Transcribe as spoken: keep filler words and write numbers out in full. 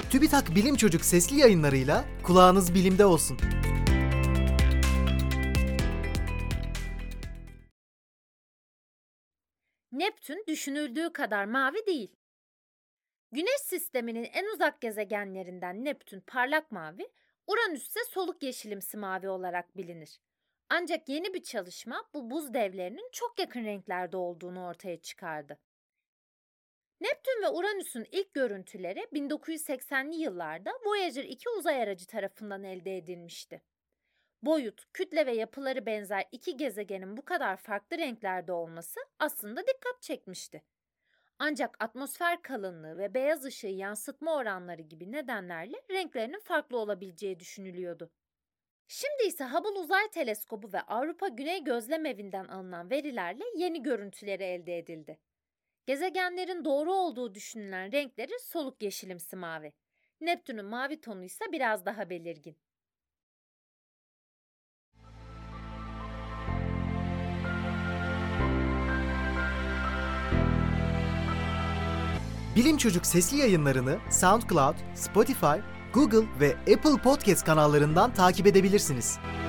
TÜBİTAK Bilim Çocuk sesli yayınlarıyla kulağınız bilimde olsun. Neptün düşünüldüğü kadar mavi değil. Güneş sisteminin en uzak gezegenlerinden Neptün parlak mavi, Uranüs ise soluk yeşilimsi mavi olarak bilinir. Ancak yeni bir çalışma bu buz devlerinin çok yakın renklerde olduğunu ortaya çıkardı. Neptün ve Uranüs'ün ilk görüntüleri bin dokuz yüz seksenli yıllarda Voyager iki uzay aracı tarafından elde edilmişti. Boyut, kütle ve yapıları benzer iki gezegenin bu kadar farklı renklerde olması aslında dikkat çekmişti. Ancak atmosfer kalınlığı ve beyaz ışığı yansıtma oranları gibi nedenlerle renklerinin farklı olabileceği düşünülüyordu. Şimdi ise Hubble Uzay Teleskobu ve Avrupa Güney Gözlem Evi'nden alınan verilerle yeni görüntüleri elde edildi. Gezegenlerin doğru olduğu düşünülen renkleri soluk yeşilimsi mavi. Neptün'ün mavi tonu ise biraz daha belirgin. Bilim Çocuk sesli yayınlarını SoundCloud, Spotify, Google ve Apple Podcast kanallarından takip edebilirsiniz.